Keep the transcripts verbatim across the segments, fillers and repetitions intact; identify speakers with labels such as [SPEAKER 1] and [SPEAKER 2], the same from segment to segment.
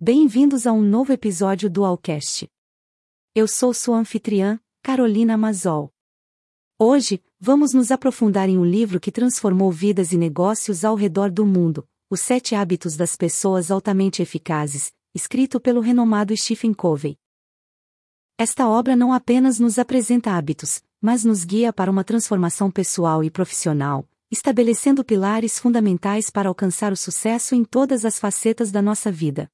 [SPEAKER 1] Bem-vindos a um novo episódio do Alcast. Eu sou sua anfitriã, Carolina Mazol. Hoje, vamos nos aprofundar em um livro que transformou vidas e negócios ao redor do mundo, Os Sete Hábitos das Pessoas Altamente Eficazes, escrito pelo renomado Stephen Covey. Esta obra não apenas nos apresenta hábitos, mas nos guia para uma transformação pessoal e profissional, estabelecendo pilares fundamentais para alcançar o sucesso em todas as facetas da nossa vida.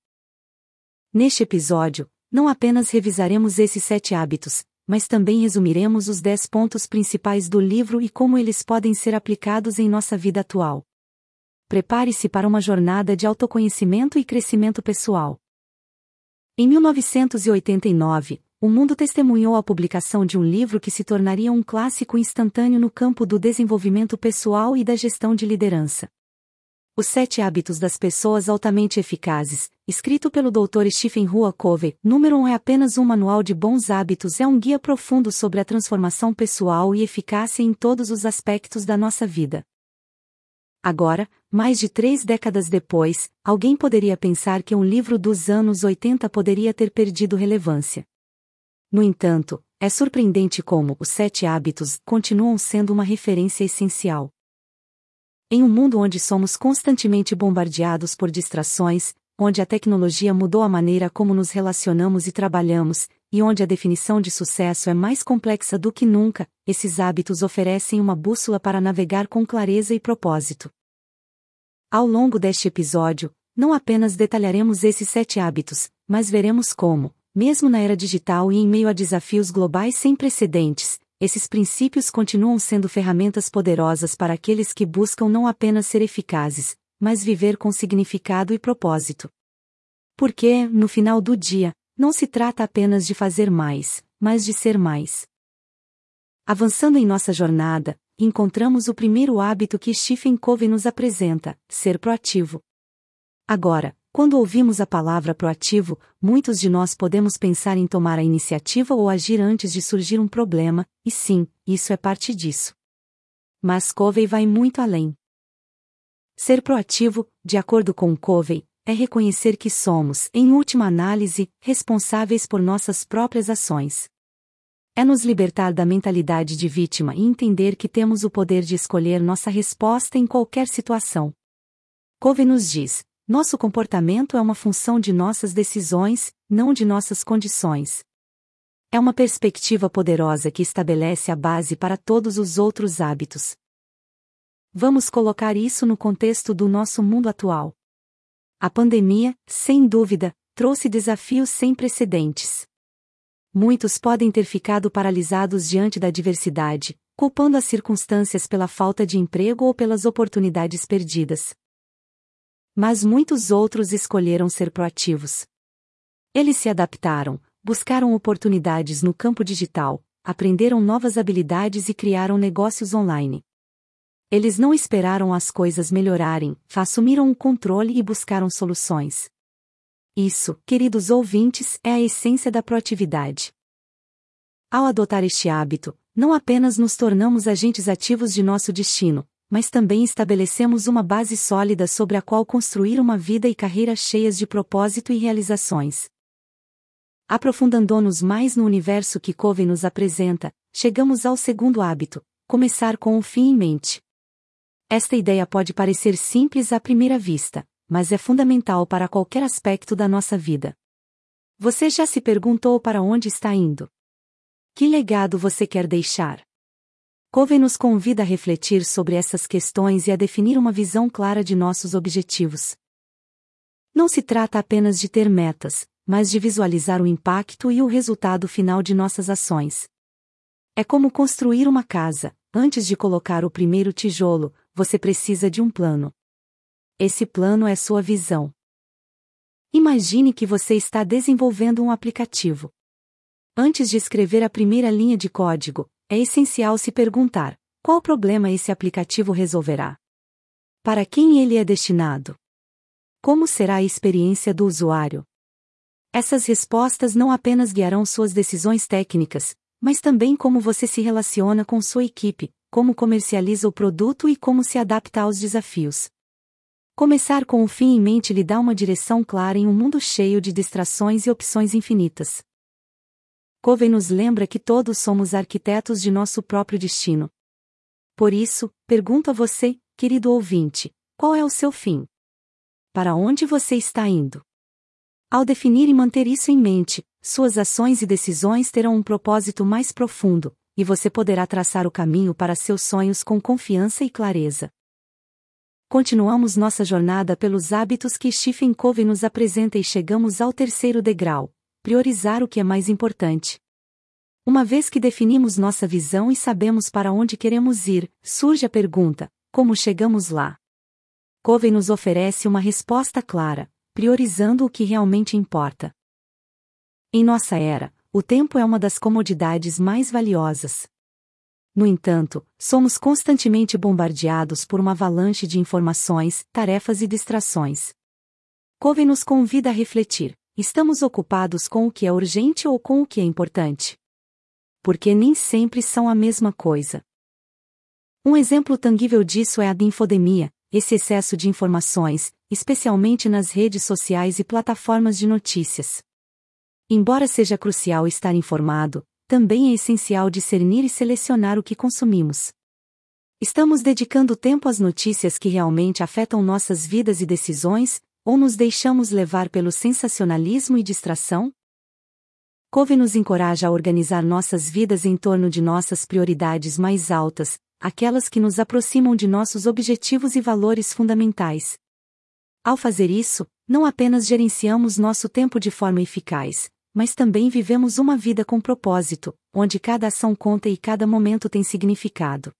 [SPEAKER 1] Neste episódio, não apenas revisaremos esses sete hábitos, mas também resumiremos os dez pontos principais do livro e como eles podem ser aplicados em nossa vida atual. Prepare-se para uma jornada de autoconhecimento e crescimento pessoal. Em mil novecentos e oitenta e nove, o mundo testemunhou a publicação de um livro que se tornaria um clássico instantâneo no campo do desenvolvimento pessoal e da gestão de liderança. Os Sete Hábitos das Pessoas Altamente Eficazes, escrito pelo doutor Stephen Rua Covey. Número um é apenas um manual de bons hábitos, é um guia profundo sobre a transformação pessoal e eficácia em todos os aspectos da nossa vida. Agora, mais de três décadas depois, alguém poderia pensar que um livro dos anos oitenta poderia ter perdido relevância. No entanto, é surpreendente como os Sete Hábitos continuam sendo uma referência essencial. Em um mundo onde somos constantemente bombardeados por distrações, onde a tecnologia mudou a maneira como nos relacionamos e trabalhamos, e onde a definição de sucesso é mais complexa do que nunca, esses hábitos oferecem uma bússola para navegar com clareza e propósito. Ao longo deste episódio, não apenas detalharemos esses sete hábitos, mas veremos como, mesmo na era digital e em meio a desafios globais sem precedentes, esses princípios continuam sendo ferramentas poderosas para aqueles que buscam não apenas ser eficazes, mas viver com significado e propósito. Porque, no final do dia, não se trata apenas de fazer mais, mas de ser mais. Avançando em nossa jornada, encontramos o primeiro hábito que Stephen Covey nos apresenta: ser proativo. Agora, quando ouvimos a palavra proativo, muitos de nós podemos pensar em tomar a iniciativa ou agir antes de surgir um problema, e sim, isso é parte disso. Mas Covey vai muito além. Ser proativo, de acordo com Covey, é reconhecer que somos, em última análise, responsáveis por nossas próprias ações. É nos libertar da mentalidade de vítima e entender que temos o poder de escolher nossa resposta em qualquer situação. Covey nos diz: nosso comportamento é uma função de nossas decisões, não de nossas condições. É uma perspectiva poderosa que estabelece a base para todos os outros hábitos. Vamos colocar isso no contexto do nosso mundo atual. A pandemia, sem dúvida, trouxe desafios sem precedentes. Muitos podem ter ficado paralisados diante da adversidade, culpando as circunstâncias pela falta de emprego ou pelas oportunidades perdidas. Mas muitos outros escolheram ser proativos. Eles se adaptaram, buscaram oportunidades no campo digital, aprenderam novas habilidades e criaram negócios online. Eles não esperaram as coisas melhorarem, assumiram o controle e buscaram soluções. Isso, queridos ouvintes, é a essência da proatividade. Ao adotar este hábito, não apenas nos tornamos agentes ativos de nosso destino, mas também estabelecemos uma base sólida sobre a qual construir uma vida e carreira cheias de propósito e realizações. Aprofundando-nos mais no universo que Covey nos apresenta, chegamos ao segundo hábito: começar com o fim em mente. Esta ideia pode parecer simples à primeira vista, mas é fundamental para qualquer aspecto da nossa vida. Você já se perguntou para onde está indo? Que legado você quer deixar? Covey nos convida a refletir sobre essas questões e a definir uma visão clara de nossos objetivos. Não se trata apenas de ter metas, mas de visualizar o impacto e o resultado final de nossas ações. É como construir uma casa: antes de colocar o primeiro tijolo, você precisa de um plano. Esse plano é sua visão. Imagine que você está desenvolvendo um aplicativo. Antes de escrever a primeira linha de código, é essencial se perguntar: qual problema esse aplicativo resolverá? Para quem ele é destinado? Como será a experiência do usuário? Essas respostas não apenas guiarão suas decisões técnicas, mas também como você se relaciona com sua equipe, como comercializa o produto e como se adapta aos desafios. Começar com o fim em mente lhe dá uma direção clara em um mundo cheio de distrações e opções infinitas. Covey nos lembra que todos somos arquitetos de nosso próprio destino. Por isso, pergunto a você, querido ouvinte, qual é o seu fim? Para onde você está indo? Ao definir e manter isso em mente, suas ações e decisões terão um propósito mais profundo, e você poderá traçar o caminho para seus sonhos com confiança e clareza. Continuamos nossa jornada pelos hábitos que Stephen Covey nos apresenta e chegamos ao terceiro degrau: priorizar o que é mais importante. Uma vez que definimos nossa visão e sabemos para onde queremos ir, surge a pergunta: como chegamos lá? Covey nos oferece uma resposta clara: priorizando o que realmente importa. Em nossa era, o tempo é uma das comodidades mais valiosas. No entanto, somos constantemente bombardeados por uma avalanche de informações, tarefas e distrações. Covey nos convida a refletir: estamos ocupados com o que é urgente ou com o que é importante? Porque nem sempre são a mesma coisa. Um exemplo tangível disso é a infodemia, esse excesso de informações, especialmente nas redes sociais e plataformas de notícias. Embora seja crucial estar informado, também é essencial discernir e selecionar o que consumimos. Estamos dedicando tempo às notícias que realmente afetam nossas vidas e decisões, ou nos deixamos levar pelo sensacionalismo e distração? Covey nos encoraja a organizar nossas vidas em torno de nossas prioridades mais altas, aquelas que nos aproximam de nossos objetivos e valores fundamentais. Ao fazer isso, não apenas gerenciamos nosso tempo de forma eficaz, mas também vivemos uma vida com propósito, onde cada ação conta e cada momento tem significado.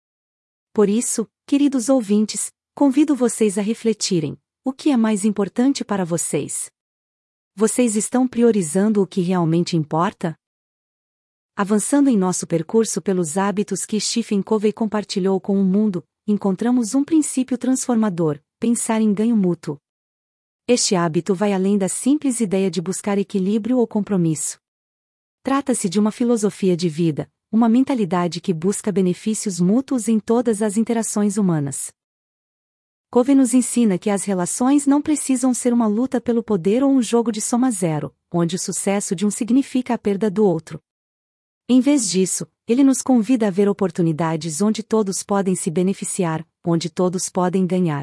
[SPEAKER 1] Por isso, queridos ouvintes, convido vocês a refletirem: o que é mais importante para vocês? Vocês estão priorizando o que realmente importa? Avançando em nosso percurso pelos hábitos que Stephen Covey compartilhou com o mundo, encontramos um princípio transformador: pensar em ganho mútuo. Este hábito vai além da simples ideia de buscar equilíbrio ou compromisso. Trata-se de uma filosofia de vida, uma mentalidade que busca benefícios mútuos em todas as interações humanas. Covey nos ensina que as relações não precisam ser uma luta pelo poder ou um jogo de soma zero, onde o sucesso de um significa a perda do outro. Em vez disso, ele nos convida a ver oportunidades onde todos podem se beneficiar, onde todos podem ganhar.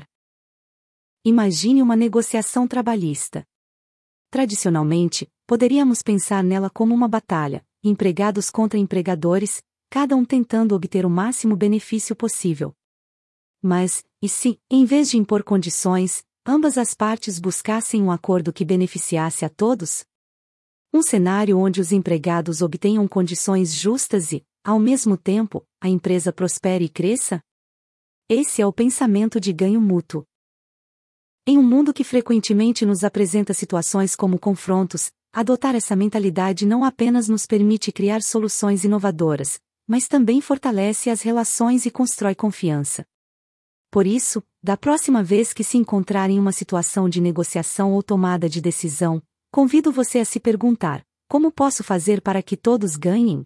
[SPEAKER 1] Imagine uma negociação trabalhista. Tradicionalmente, poderíamos pensar nela como uma batalha, empregados contra empregadores, cada um tentando obter o máximo benefício possível. Mas, e se, em vez de impor condições, ambas as partes buscassem um acordo que beneficiasse a todos? Um cenário onde os empregados obtenham condições justas e, ao mesmo tempo, a empresa prospere e cresça? Esse é o pensamento de ganho mútuo. Em um mundo que frequentemente nos apresenta situações como confrontos, adotar essa mentalidade não apenas nos permite criar soluções inovadoras, mas também fortalece as relações e constrói confiança. Por isso, da próxima vez que se encontrar em uma situação de negociação ou tomada de decisão, convido você a se perguntar: como posso fazer para que todos ganhem?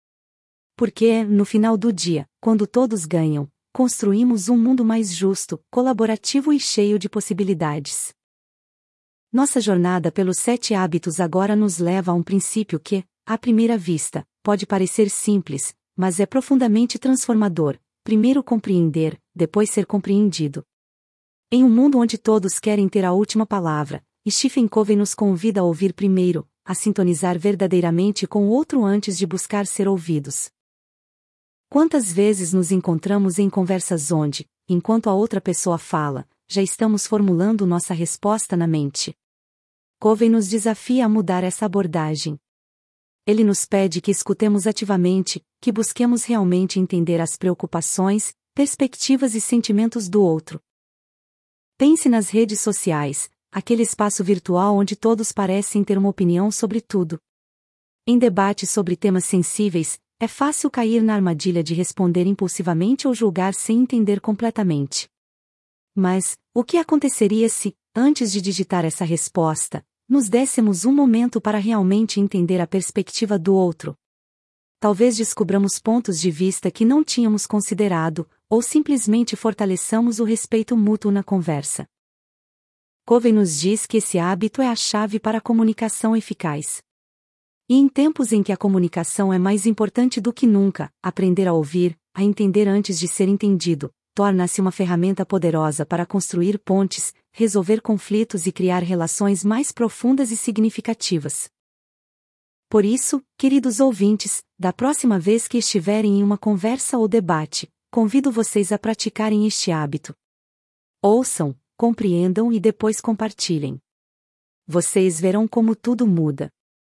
[SPEAKER 1] Porque, no final do dia, quando todos ganham, construímos um mundo mais justo, colaborativo e cheio de possibilidades. Nossa jornada pelos sete hábitos agora nos leva a um princípio que, à primeira vista, pode parecer simples, mas é profundamente transformador: primeiro compreender, depois ser compreendido. Em um mundo onde todos querem ter a última palavra, Stephen Covey nos convida a ouvir primeiro, a sintonizar verdadeiramente com o outro antes de buscar ser ouvidos. Quantas vezes nos encontramos em conversas onde, enquanto a outra pessoa fala, já estamos formulando nossa resposta na mente? Covey nos desafia a mudar essa abordagem. Ele nos pede que escutemos ativamente, que busquemos realmente entender as preocupações, perspectivas e sentimentos do outro. Pense nas redes sociais, aquele espaço virtual onde todos parecem ter uma opinião sobre tudo. Em debates sobre temas sensíveis, é fácil cair na armadilha de responder impulsivamente ou julgar sem entender completamente. Mas, o que aconteceria se, antes de digitar essa resposta, nos dessemos um momento para realmente entender a perspectiva do outro? Talvez descubramos pontos de vista que não tínhamos considerado, ou simplesmente fortaleçamos o respeito mútuo na conversa. Covey nos diz que esse hábito é a chave para a comunicação eficaz. E em tempos em que a comunicação é mais importante do que nunca, aprender a ouvir, a entender antes de ser entendido, torna-se uma ferramenta poderosa para construir pontes, resolver conflitos e criar relações mais profundas e significativas. Por isso, queridos ouvintes, da próxima vez que estiverem em uma conversa ou debate, convido vocês a praticarem este hábito. Ouçam, compreendam e depois compartilhem. Vocês verão como tudo muda.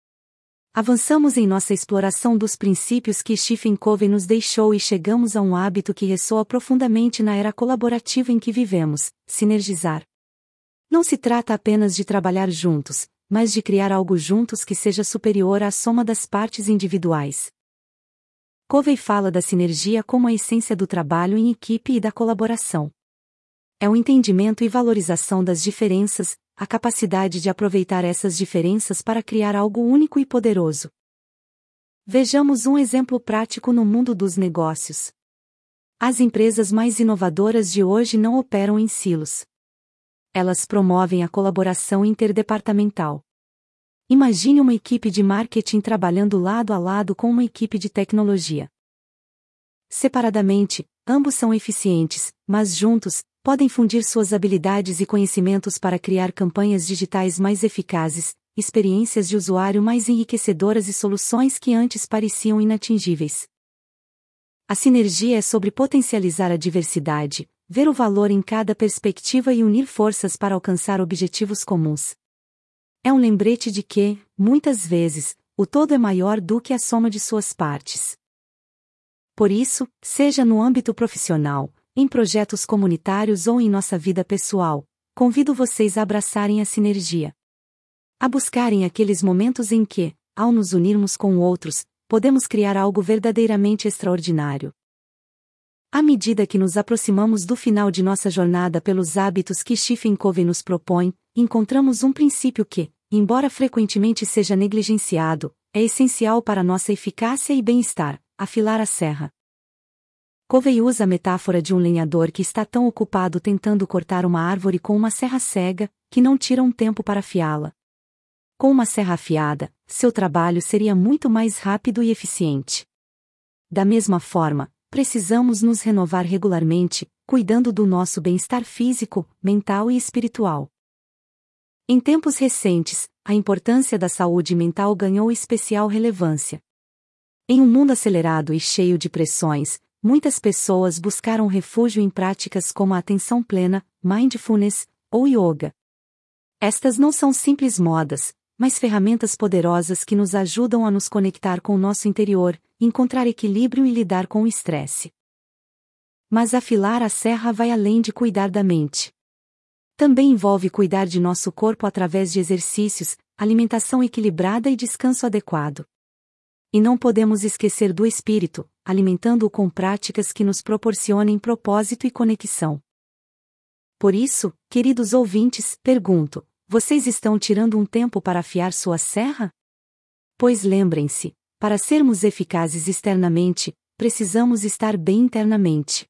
[SPEAKER 1] Avançamos em nossa exploração dos princípios que Stephen Covey nos deixou e chegamos a um hábito que ressoa profundamente na era colaborativa em que vivemos: sinergizar. Não se trata apenas de trabalhar juntos, mas de criar algo juntos que seja superior à soma das partes individuais. Covey fala da sinergia como a essência do trabalho em equipe e da colaboração. É o entendimento e valorização das diferenças, a capacidade de aproveitar essas diferenças para criar algo único e poderoso. Vejamos um exemplo prático no mundo dos negócios. As empresas mais inovadoras de hoje não operam em silos. Elas promovem a colaboração interdepartamental. Imagine uma equipe de marketing trabalhando lado a lado com uma equipe de tecnologia. Separadamente, ambos são eficientes, mas juntos, podem fundir suas habilidades e conhecimentos para criar campanhas digitais mais eficazes, experiências de usuário mais enriquecedoras e soluções que antes pareciam inatingíveis. A sinergia é sobre potencializar a diversidade, ver o valor em cada perspectiva e unir forças para alcançar objetivos comuns. É um lembrete de que, muitas vezes, o todo é maior do que a soma de suas partes. Por isso, seja no âmbito profissional, em projetos comunitários ou em nossa vida pessoal, convido vocês a abraçarem a sinergia. A buscarem aqueles momentos em que, ao nos unirmos com outros, podemos criar algo verdadeiramente extraordinário. À medida que nos aproximamos do final de nossa jornada pelos hábitos que Stephen Covey nos propõe, encontramos um princípio que, embora frequentemente seja negligenciado, é essencial para nossa eficácia e bem-estar: afilar a serra. Covey usa a metáfora de um lenhador que está tão ocupado tentando cortar uma árvore com uma serra cega, que não tira um tempo para afiá-la. Com uma serra afiada, seu trabalho seria muito mais rápido e eficiente. Da mesma forma, precisamos nos renovar regularmente, cuidando do nosso bem-estar físico, mental e espiritual. Em tempos recentes, a importância da saúde mental ganhou especial relevância. Em um mundo acelerado e cheio de pressões, muitas pessoas buscaram refúgio em práticas como a atenção plena, mindfulness ou yoga. Estas não são simples modas, mas ferramentas poderosas que nos ajudam a nos conectar com o nosso interior, encontrar equilíbrio e lidar com o estresse. Mas afilar a serra vai além de cuidar da mente. Também envolve cuidar de nosso corpo através de exercícios, alimentação equilibrada e descanso adequado. E não podemos esquecer do espírito, alimentando-o com práticas que nos proporcionem propósito e conexão. Por isso, queridos ouvintes, pergunto: vocês estão tirando um tempo para afiar sua serra? Pois lembrem-se, para sermos eficazes externamente, precisamos estar bem internamente.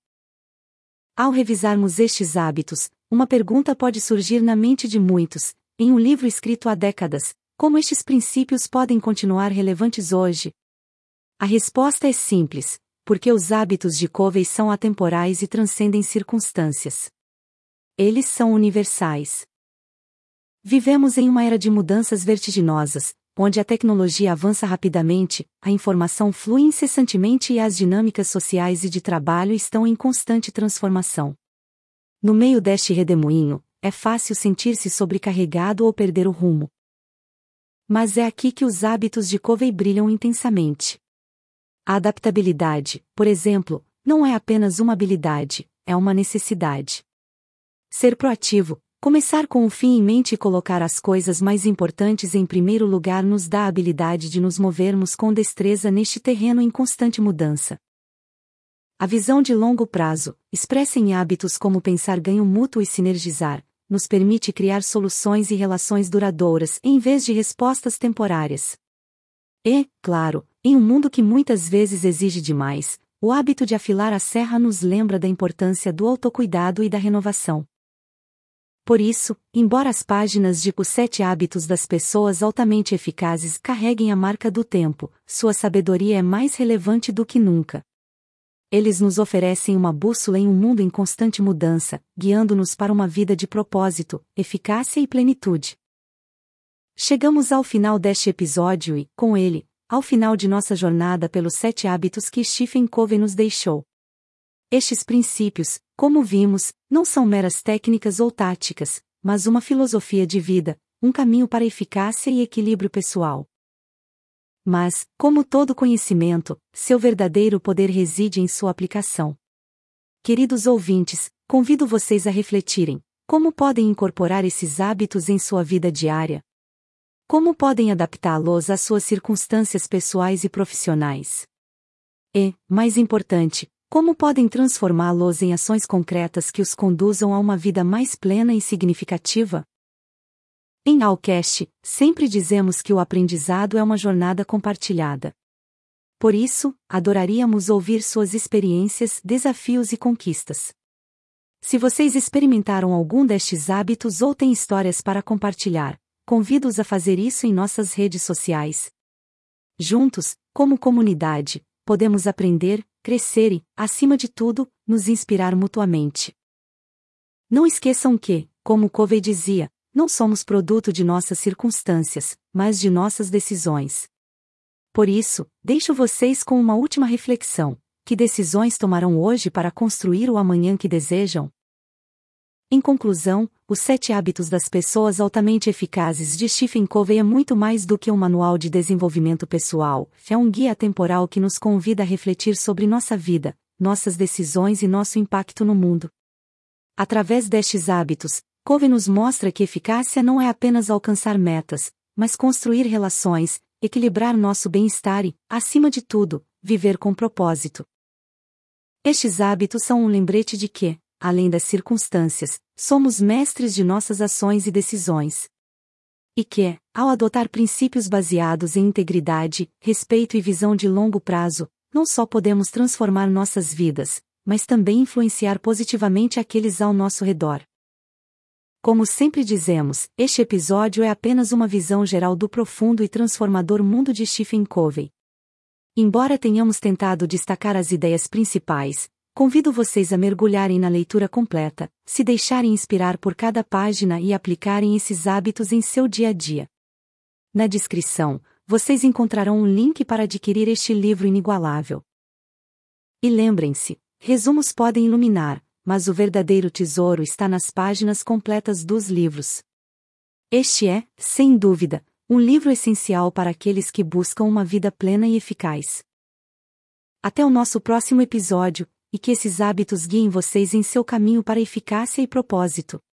[SPEAKER 1] Ao revisarmos estes hábitos, uma pergunta pode surgir na mente de muitos: em um livro escrito há décadas, como estes princípios podem continuar relevantes hoje? A resposta é simples: porque os hábitos de Covey são atemporais e transcendem circunstâncias. Eles são universais. Vivemos em uma era de mudanças vertiginosas, onde a tecnologia avança rapidamente, a informação flui incessantemente e as dinâmicas sociais e de trabalho estão em constante transformação. No meio deste redemoinho, é fácil sentir-se sobrecarregado ou perder o rumo. Mas é aqui que os hábitos de Covey brilham intensamente. A adaptabilidade, por exemplo, não é apenas uma habilidade, é uma necessidade. Ser proativo, começar com o fim em mente e colocar as coisas mais importantes em primeiro lugar nos dá a habilidade de nos movermos com destreza neste terreno em constante mudança. A visão de longo prazo, expressa em hábitos como pensar ganho mútuo e sinergizar, nos permite criar soluções e relações duradouras em vez de respostas temporárias. E, claro, em um mundo que muitas vezes exige demais, o hábito de afilar a serra nos lembra da importância do autocuidado e da renovação. Por isso, embora as páginas de Os Sete Hábitos das Pessoas Altamente Eficazes carreguem a marca do tempo, sua sabedoria é mais relevante do que nunca. Eles nos oferecem uma bússola em um mundo em constante mudança, guiando-nos para uma vida de propósito, eficácia e plenitude. Chegamos ao final deste episódio e, com ele, ao final de nossa jornada pelos sete hábitos que Stephen Covey nos deixou. Estes princípios, como vimos, não são meras técnicas ou táticas, mas uma filosofia de vida, um caminho para eficácia e equilíbrio pessoal. Mas, como todo conhecimento, seu verdadeiro poder reside em sua aplicação. Queridos ouvintes, convido vocês a refletirem: como podem incorporar esses hábitos em sua vida diária? Como podem adaptá-los às suas circunstâncias pessoais e profissionais? E, mais importante, como podem transformá-los em ações concretas que os conduzam a uma vida mais plena e significativa? Em Allcast, sempre dizemos que o aprendizado é uma jornada compartilhada. Por isso, adoraríamos ouvir suas experiências, desafios e conquistas. Se vocês experimentaram algum destes hábitos ou têm histórias para compartilhar, convido-os a fazer isso em nossas redes sociais. Juntos, como comunidade, podemos aprender, crescer e, acima de tudo, nos inspirar mutuamente. Não esqueçam que, como Covey dizia, não somos produto de nossas circunstâncias, mas de nossas decisões. Por isso, deixo vocês com uma última reflexão: que decisões tomarão hoje para construir o amanhã que desejam? Em conclusão, Os Sete Hábitos das Pessoas Altamente Eficazes de Stephen Covey é muito mais do que um manual de desenvolvimento pessoal, é um guia atemporal que nos convida a refletir sobre nossa vida, nossas decisões e nosso impacto no mundo. Através destes hábitos, Covey nos mostra que eficácia não é apenas alcançar metas, mas construir relações, equilibrar nosso bem-estar e, acima de tudo, viver com propósito. Estes hábitos são um lembrete de que, além das circunstâncias, somos mestres de nossas ações e decisões. E que, ao adotar princípios baseados em integridade, respeito e visão de longo prazo, não só podemos transformar nossas vidas, mas também influenciar positivamente aqueles ao nosso redor. Como sempre dizemos, este episódio é apenas uma visão geral do profundo e transformador mundo de Stephen Covey. Embora tenhamos tentado destacar as ideias principais, convido vocês a mergulharem na leitura completa, se deixarem inspirar por cada página e aplicarem esses hábitos em seu dia a dia. Na descrição, vocês encontrarão um link para adquirir este livro inigualável. E lembrem-se, resumos podem iluminar, mas o verdadeiro tesouro está nas páginas completas dos livros. Este é, sem dúvida, um livro essencial para aqueles que buscam uma vida plena e eficaz. Até o nosso próximo episódio, e que esses hábitos guiem vocês em seu caminho para eficácia e propósito.